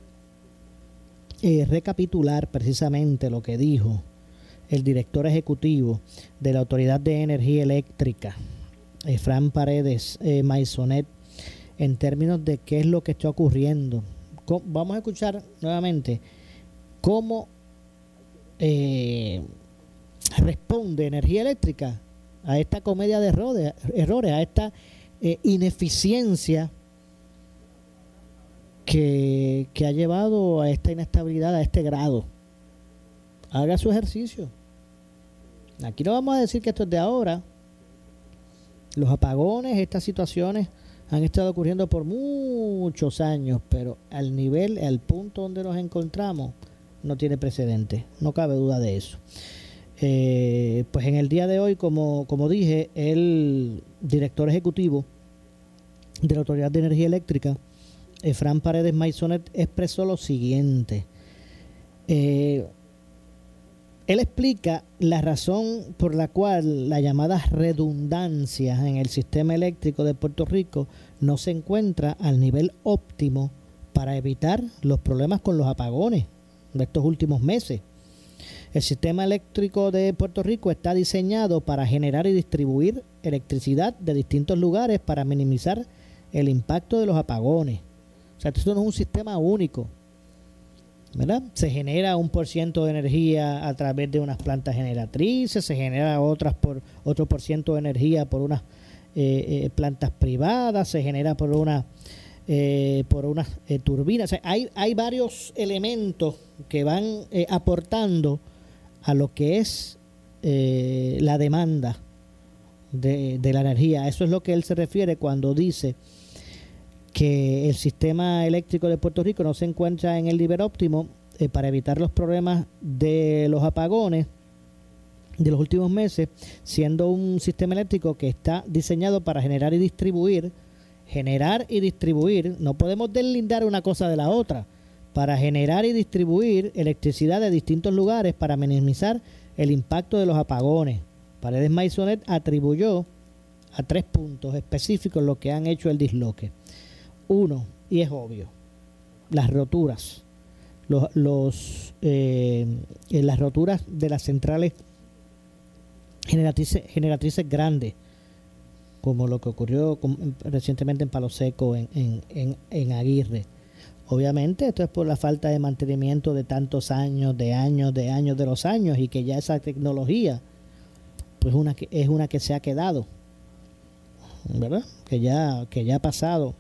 eh, recapitular precisamente lo que dijo el director ejecutivo de la Autoridad de Energía Eléctrica, Fran Paredes eh, Maisonet, en términos de qué es lo que está ocurriendo. Vamos a escuchar nuevamente cómo eh, responde Energía Eléctrica a esta comedia de errores, errores a esta eh, ineficiencia que, que ha llevado a esta inestabilidad a este grado. Haga su ejercicio. Aquí no vamos a decir que esto es de ahora. Los apagones, estas situaciones han estado ocurriendo por muchos años, pero al nivel, al punto donde nos encontramos, no tiene precedente. No cabe duda de eso. Eh, pues en el día de hoy, como, como dije, el director ejecutivo de la Autoridad de Energía Eléctrica, Fran Paredes Maisonet, expresó lo siguiente. Eh, Él explica la razón por la cual las llamadas redundancias en el sistema eléctrico de Puerto Rico no se encuentra al nivel óptimo para evitar los problemas con los apagones de estos últimos meses. El sistema eléctrico de Puerto Rico está diseñado para generar y distribuir electricidad de distintos lugares para minimizar el impacto de los apagones. O sea, esto no es un sistema único, ¿verdad? Se genera un por ciento de energía a través de unas plantas generatrices, se genera otras por otro por ciento de energía por unas eh, eh, plantas privadas, se genera por una eh, por unas eh, turbinas. O sea, hay hay varios elementos que van eh, aportando a lo que es eh, la demanda de, de la energía. Eso es lo que él se refiere cuando dice que el sistema eléctrico de Puerto Rico no se encuentra en el nivel óptimo eh, para evitar los problemas de los apagones de los últimos meses, siendo un sistema eléctrico que está diseñado para generar y distribuir, generar y distribuir, no podemos deslindar una cosa de la otra, para generar y distribuir electricidad de distintos lugares para minimizar el impacto de los apagones. Paredes Maisonet atribuyó a tres puntos específicos lo que han hecho el disloque. Uno, y es obvio, las roturas, los, los eh, las roturas de las centrales generatrices, generatrices grandes, como lo que ocurrió con, recientemente en Palo Seco, en, en, en, en Aguirre. Obviamente esto es por la falta de mantenimiento de tantos años, de años, de años, de los años, y que ya esa tecnología pues una que, es una que se ha quedado, ¿verdad? Que ya, que ya ha pasado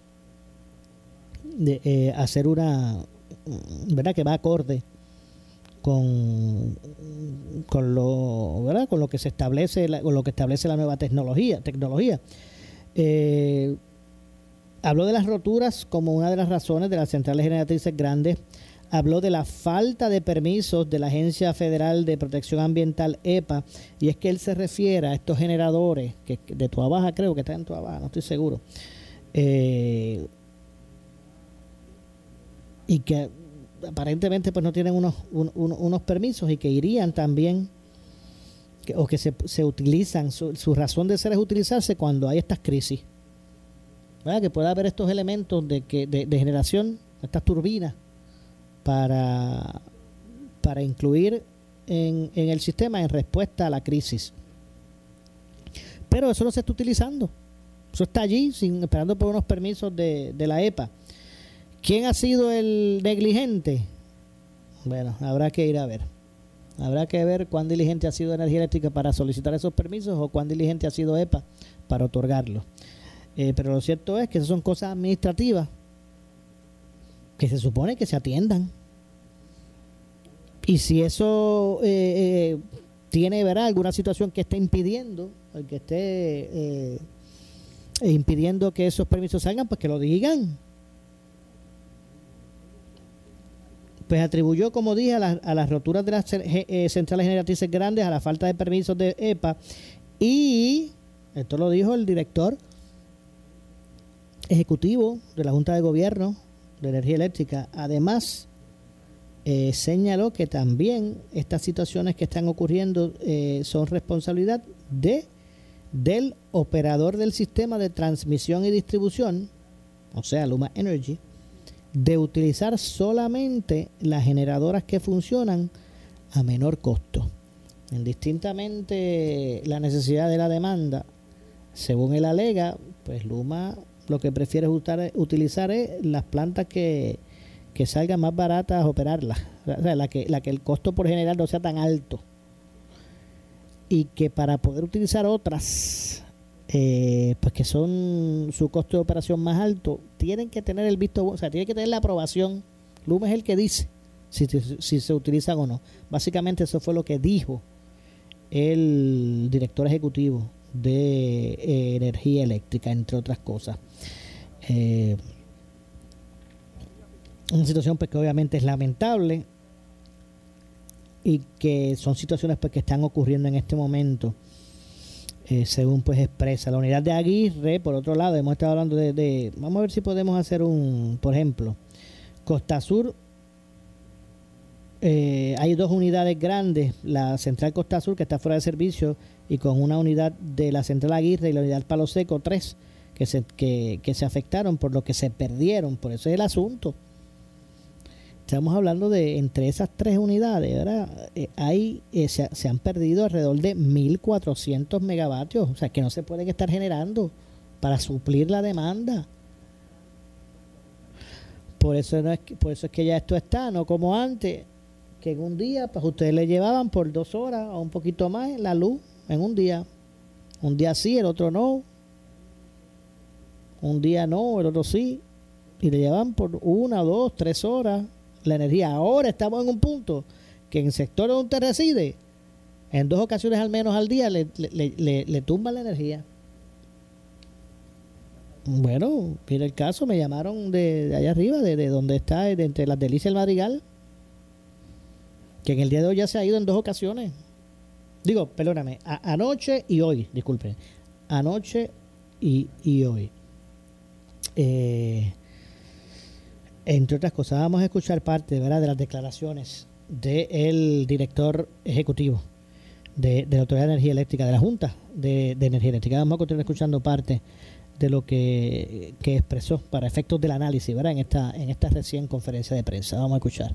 de eh, hacer una, ¿verdad?, que va acorde con con lo, ¿verdad?, con lo que se establece la, con lo que establece la nueva tecnología tecnología eh, habló de las roturas como una de las razones de las centrales generatrices grandes. Habló de la falta de permisos de la Agencia Federal de Protección Ambiental, E P A, y es que él se refiere a estos generadores que de Toa Baja, creo que está en Toa Baja, no estoy seguro, eh, y que aparentemente pues no tienen unos un, un, unos permisos, y que irían también que, o que se, se utilizan, su, su razón de ser es utilizarse cuando hay estas crisis, ¿verdad? Que pueda haber estos elementos de que de, de generación, estas turbinas para para incluir en, en el sistema en respuesta a la crisis, pero eso no se está utilizando, eso está allí sin, esperando por unos permisos de, de la E P A. ¿Quién ha sido el negligente? Bueno, habrá que ir a ver. Habrá que ver cuán diligente ha sido Energía Eléctrica para solicitar esos permisos o cuán diligente ha sido E P A para otorgarlos. Eh, pero lo cierto es que esas son cosas administrativas que se supone que se atiendan. Y si eso eh, eh, tiene, ¿verdad?, alguna situación que esté impidiendo, que esté eh, impidiendo que esos permisos salgan, pues que lo digan. Pues atribuyó, como dije, a, la, a las roturas de las eh, centrales generatrices grandes, a la falta de permisos de E P A, y esto lo dijo el director ejecutivo de la Junta de Gobierno de Energía Eléctrica. Además, eh, señaló que también estas situaciones que están ocurriendo eh, son responsabilidad de del operador del sistema de transmisión y distribución, o sea, Luma Energy, de utilizar solamente las generadoras que funcionan a menor costo. Indistintamente la necesidad de la demanda, según él alega, pues Luma lo que prefiere usar, utilizar es las plantas que, que salgan más baratas operarlas, o sea, la que, la que el costo por generar no sea tan alto, y que para poder utilizar otras eh, pues que son su costo de operación más alto, tienen que tener el visto, o sea, tienen que tener la aprobación. Luma es el que dice si, si se utilizan o no. Básicamente eso fue lo que dijo el director ejecutivo de eh, Energía Eléctrica, entre otras cosas. Eh, una situación pues que obviamente es lamentable y que son situaciones pues que están ocurriendo en este momento, eh, según pues expresa la unidad de Aguirre. Por otro lado, hemos estado hablando de, de vamos a ver si podemos hacer un, por ejemplo, Costa Sur. Eh, hay dos unidades grandes, la central Costa Sur, que está fuera de servicio, y con una unidad de la central Aguirre y la unidad Palo Seco, tres, que se, que, que se afectaron, por lo que se perdieron. Por eso es el asunto. Estamos hablando de, entre esas tres unidades, ¿verdad? Eh, hay, eh, se, se han perdido alrededor de mil cuatrocientos megavatios, o sea, que no se pueden estar generando para suplir la demanda. Por eso, no es, por eso es que ya esto está, no como antes, que en un día pues ustedes le llevaban por dos horas o un poquito más la luz en un día. Un día sí, el otro no. Un día no, el otro sí. Y le llevaban por una, dos, tres horas la energía. Ahora estamos en un punto que en el sector donde usted reside, en dos ocasiones al menos al día le, le, le, le tumban la energía. Bueno, mira el caso, me llamaron de, de allá arriba, de, de donde está, de entre las Delicias y el Madrigal, que en el día de hoy ya se ha ido en dos ocasiones. Digo, perdóname, a, anoche y hoy, disculpen, anoche y, y hoy. Eh, entre otras cosas, vamos a escuchar parte, ¿verdad?, de las declaraciones del director ejecutivo de, de la Autoridad de Energía Eléctrica, de la Junta de, de Energía Eléctrica. Vamos a continuar escuchando parte de lo que, que expresó para efectos del análisis, ¿verdad?, en esta, en esta recién conferencia de prensa. Vamos a escuchar.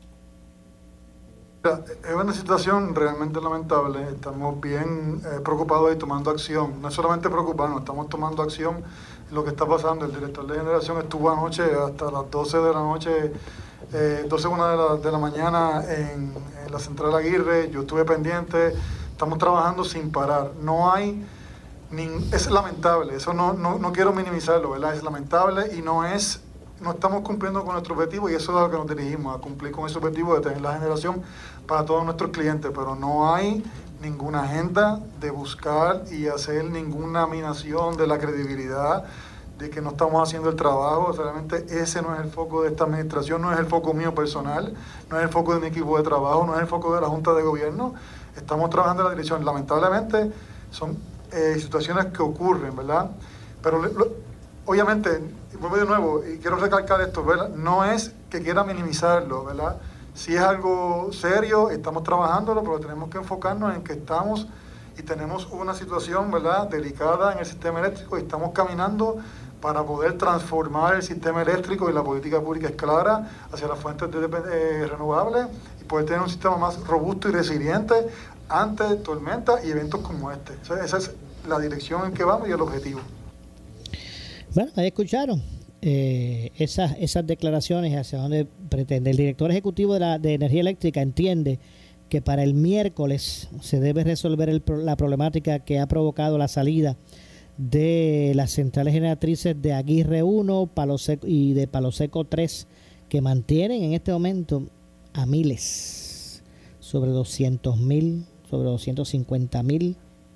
Es una situación realmente lamentable. Estamos bien eh, preocupados y tomando acción. No es solamente preocuparnos, estamos tomando acción en lo que está pasando. El director de generación estuvo anoche hasta las doce de la noche, eh, doce una de la, de la mañana en, en la central Aguirre. Yo estuve pendiente. Estamos trabajando sin parar. No hay, ni, es lamentable. Eso no, no, no quiero minimizarlo, ¿verdad? Es lamentable y no es... No estamos cumpliendo con nuestro objetivo, y eso es a lo que nos dirigimos, a cumplir con ese objetivo de tener la generación para todos nuestros clientes, pero no hay ninguna agenda de buscar y hacer ninguna minación de la credibilidad de que no estamos haciendo el trabajo. Realmente ese no es el foco de esta administración, no es el foco mío personal, no es el foco de mi equipo de trabajo, no es el foco de la Junta de Gobierno. Estamos trabajando en la dirección. Lamentablemente son eh, situaciones que ocurren, ¿verdad? Pero lo, obviamente, y vuelvo de nuevo, y quiero recalcar esto, ¿verdad? No es que quiera minimizarlo, ¿verdad? Si es algo serio, estamos trabajándolo, pero tenemos que enfocarnos en que estamos y tenemos una situación, ¿verdad?, delicada en el sistema eléctrico, y estamos caminando para poder transformar el sistema eléctrico, y la política pública es clara hacia las fuentes de, de, renovables, y poder tener un sistema más robusto y resiliente ante tormentas y eventos como este. O sea, esa es la dirección en que vamos y el objetivo. Bueno, ahí escucharon eh, esas esas declaraciones hacia donde pretende. El director ejecutivo de, la, de Energía Eléctrica entiende que para el miércoles se debe resolver el, la problemática que ha provocado la salida de las centrales generatrices de Aguirre uno Palo Seco y de Palo Seco tres, que mantienen en este momento a miles, sobre doscientos mil, sobre doscientos cincuenta mil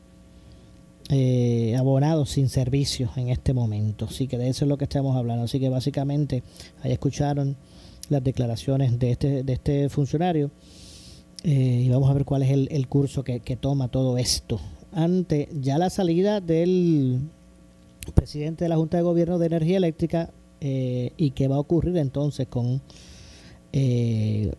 eh, abonados sin servicios en este momento. Así que de eso es lo que estamos hablando. Así que básicamente ahí escucharon las declaraciones de este, de este funcionario. Eh, y vamos a ver cuál es el, el curso que, que toma todo esto ante ya la salida del presidente de la Junta de Gobierno de Energía Eléctrica, eh, y qué va a ocurrir entonces con eh,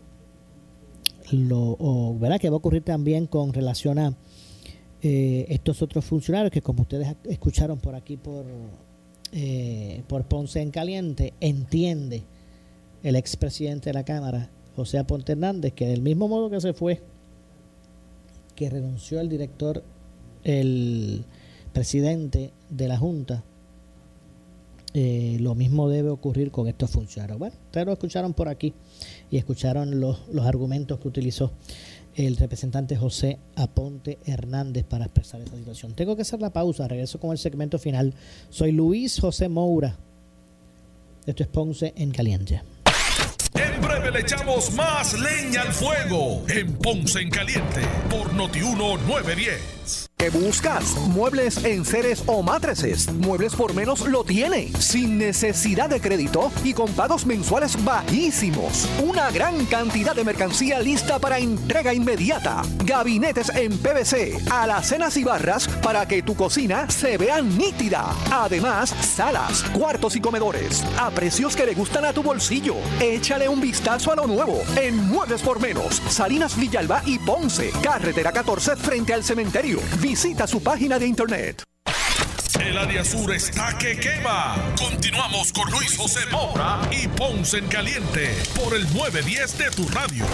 lo o, ¿verdad? Que va a ocurrir también con relación a eh, estos otros funcionarios que, como ustedes escucharon por aquí por eh, por Ponce en Caliente, entiende el expresidente de la Cámara, José Aponte Hernández, que del mismo modo que se fue, que renunció el director, el presidente de la Junta, eh, lo mismo debe ocurrir con estos funcionarios. Bueno, ustedes lo escucharon por aquí y escucharon los, los argumentos que utilizó el representante José Aponte Hernández para expresar esa situación. Tengo que hacer la pausa, regreso con el segmento final. Soy Luis José Moura. Esto es Ponce en Caliente. En breve le echamos más leña al fuego en Ponce en Caliente por Noti uno nueve diez. ¿Qué buscas? Muebles, enseres o matrices. Muebles por Menos lo tiene, sin necesidad de crédito y con pagos mensuales bajísimos. Una gran cantidad de mercancía lista para entrega inmediata. Gabinetes en P V C, alacenas y barras para que tu cocina se vea nítida. Además, salas, cuartos y comedores a precios que le gustan a tu bolsillo. Échale un vistazo a lo nuevo en Muebles por Menos, Salinas, Villalba y Ponce, carretera catorce frente al cementerio. Visita su página de internet. El área sur está que quema. Continuamos con Luis José Moura y Ponce en Caliente por el nueve diez de tu radio.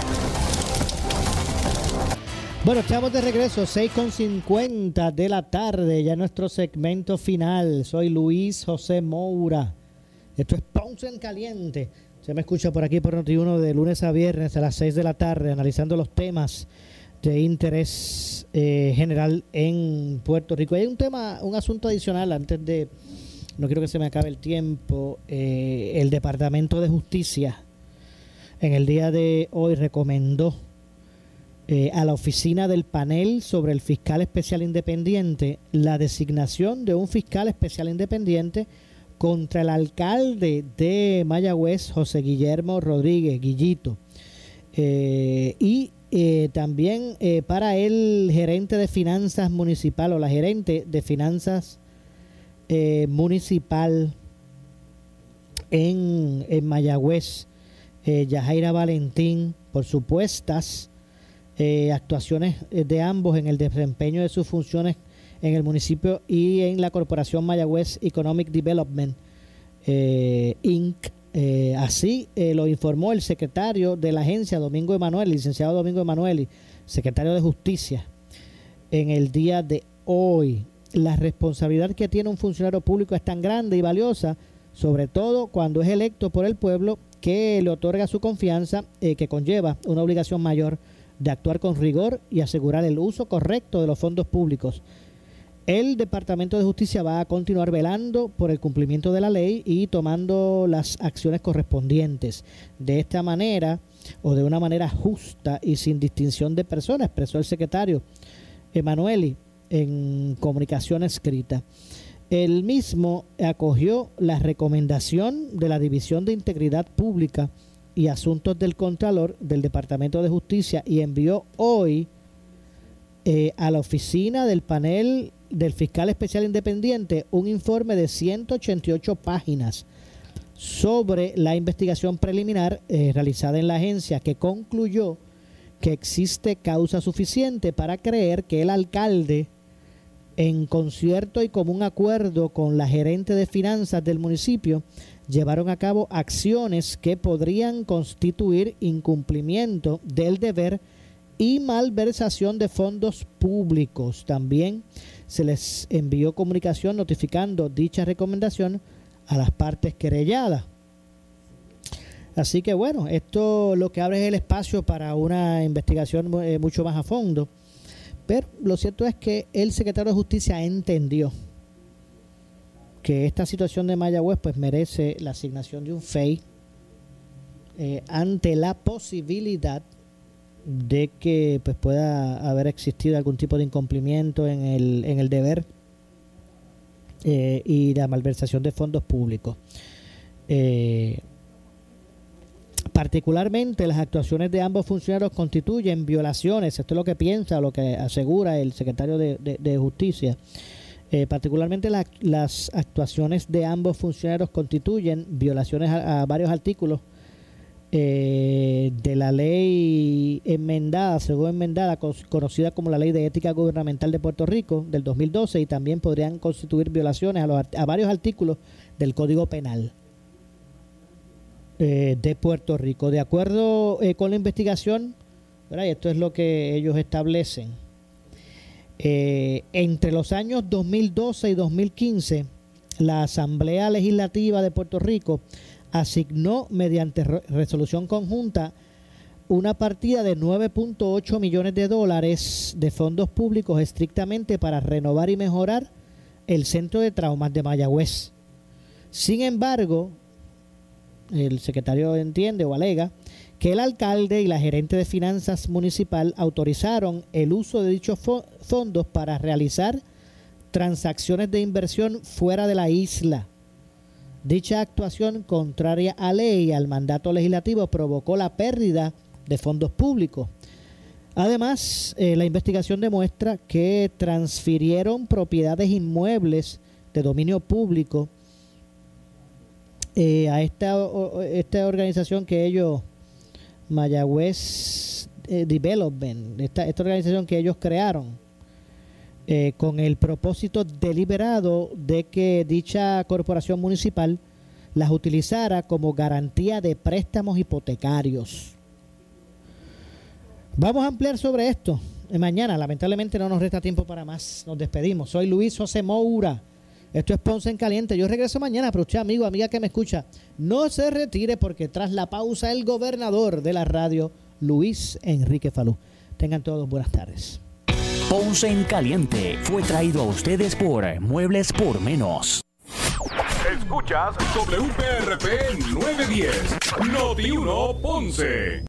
Bueno, estamos de regreso, seis con cincuenta de la tarde, ya nuestro segmento final. Soy Luis José Moura. Esto es Ponce en Caliente. Se me escucha por aquí por Noti uno de lunes a viernes a las seis de la tarde, analizando los temas de interés eh, general en Puerto Rico. Hay un tema, un asunto adicional antes de, no quiero que se me acabe el tiempo. Eh, el Departamento de Justicia en el día de hoy recomendó eh, a la oficina del panel sobre el fiscal especial independiente la designación de un fiscal especial independiente contra el alcalde de Mayagüez, José Guillermo Rodríguez, Guillito, eh, y Eh, también eh, para el gerente de finanzas municipal o la gerente de finanzas eh, municipal en, en Mayagüez, eh, Yajaira Valentín, por supuestas eh, actuaciones de ambos en el desempeño de sus funciones en el municipio y en la Corporación Mayagüez Economic Development eh, incorporated. Eh, así eh, lo informó el secretario de la agencia, Domingo Emanueli, licenciado Domingo Emanueli, secretario de Justicia, en el día de hoy. La responsabilidad que tiene un funcionario público es tan grande y valiosa, sobre todo cuando es electo por el pueblo, que le otorga su confianza, eh, que conlleva una obligación mayor de actuar con rigor y asegurar el uso correcto de los fondos públicos. El Departamento de Justicia va a continuar velando por el cumplimiento de la ley y tomando las acciones correspondientes. De esta manera, o de una manera justa y sin distinción de personas, expresó el secretario Emanueli en comunicación escrita. El mismo acogió la recomendación de la División de Integridad Pública y Asuntos del Contralor del Departamento de Justicia y envió hoy eh, a la oficina del panel del fiscal especial independiente un informe de ciento ochenta y ocho páginas sobre la investigación preliminar eh, realizada en la agencia, que concluyó que existe causa suficiente para creer que el alcalde, en concierto y común acuerdo con la gerente de finanzas del municipio, llevaron a cabo acciones que podrían constituir incumplimiento del deber y malversación de fondos públicos. También se les envió comunicación notificando dicha recomendación a las partes querelladas. Así que bueno, esto lo que abre es el espacio para una investigación eh, mucho más a fondo. Pero lo cierto es que el secretario de Justicia entendió que esta situación de Mayagüez pues merece la asignación de un F E I eh, ante la posibilidad de que pues pueda haber existido algún tipo de incumplimiento en el, en el deber eh, y la malversación de fondos públicos. Eh, Particularmente las actuaciones de ambos funcionarios constituyen violaciones, esto es lo que piensa, lo que asegura el secretario de, de, de Justicia. Eh, particularmente la, las actuaciones de ambos funcionarios constituyen violaciones a, a varios artículos eh, de la ley enmendada, según enmendada, conocida como la Ley de Ética Gubernamental de Puerto Rico del dos mil doce, y también podrían constituir violaciones a, los, a varios artículos del Código Penal de Puerto Rico. De acuerdo eh, con la investigación, ¿verdad? Y esto es lo que ellos establecen, eh, entre los años dos mil doce y dos mil quince, la Asamblea Legislativa de Puerto Rico asignó mediante re- resolución conjunta una partida de nueve punto ocho millones de dólares de fondos públicos estrictamente para renovar y mejorar el Centro de Traumas de Mayagüez. Sin embargo, el secretario entiende o alega que el alcalde y la gerente de finanzas municipal autorizaron el uso de dichos fo- fondos para realizar transacciones de inversión fuera de la isla. Dicha actuación, contraria a ley y al mandato legislativo, provocó la pérdida de fondos públicos. Además, eh, la investigación demuestra que transfirieron propiedades inmuebles de dominio público Eh, a esta, o, esta organización que ellos, Mayagüez eh, Development, esta, esta organización que ellos crearon eh, con el propósito deliberado de que dicha corporación municipal las utilizara como garantía de préstamos hipotecarios. Vamos a ampliar sobre esto mañana. Lamentablemente no nos resta tiempo para más. Nos despedimos. Soy Luis José Moura. Esto es Ponce en Caliente. Yo regreso mañana, pero usted, amigo, amiga que me escucha, no se retire porque tras la pausa el gobernador de la radio, Luis Enrique Falú. Tengan todos buenas tardes. Ponce en Caliente fue traído a ustedes por Muebles por Menos. Escuchas W P R P nueve diez, Noti uno Ponce.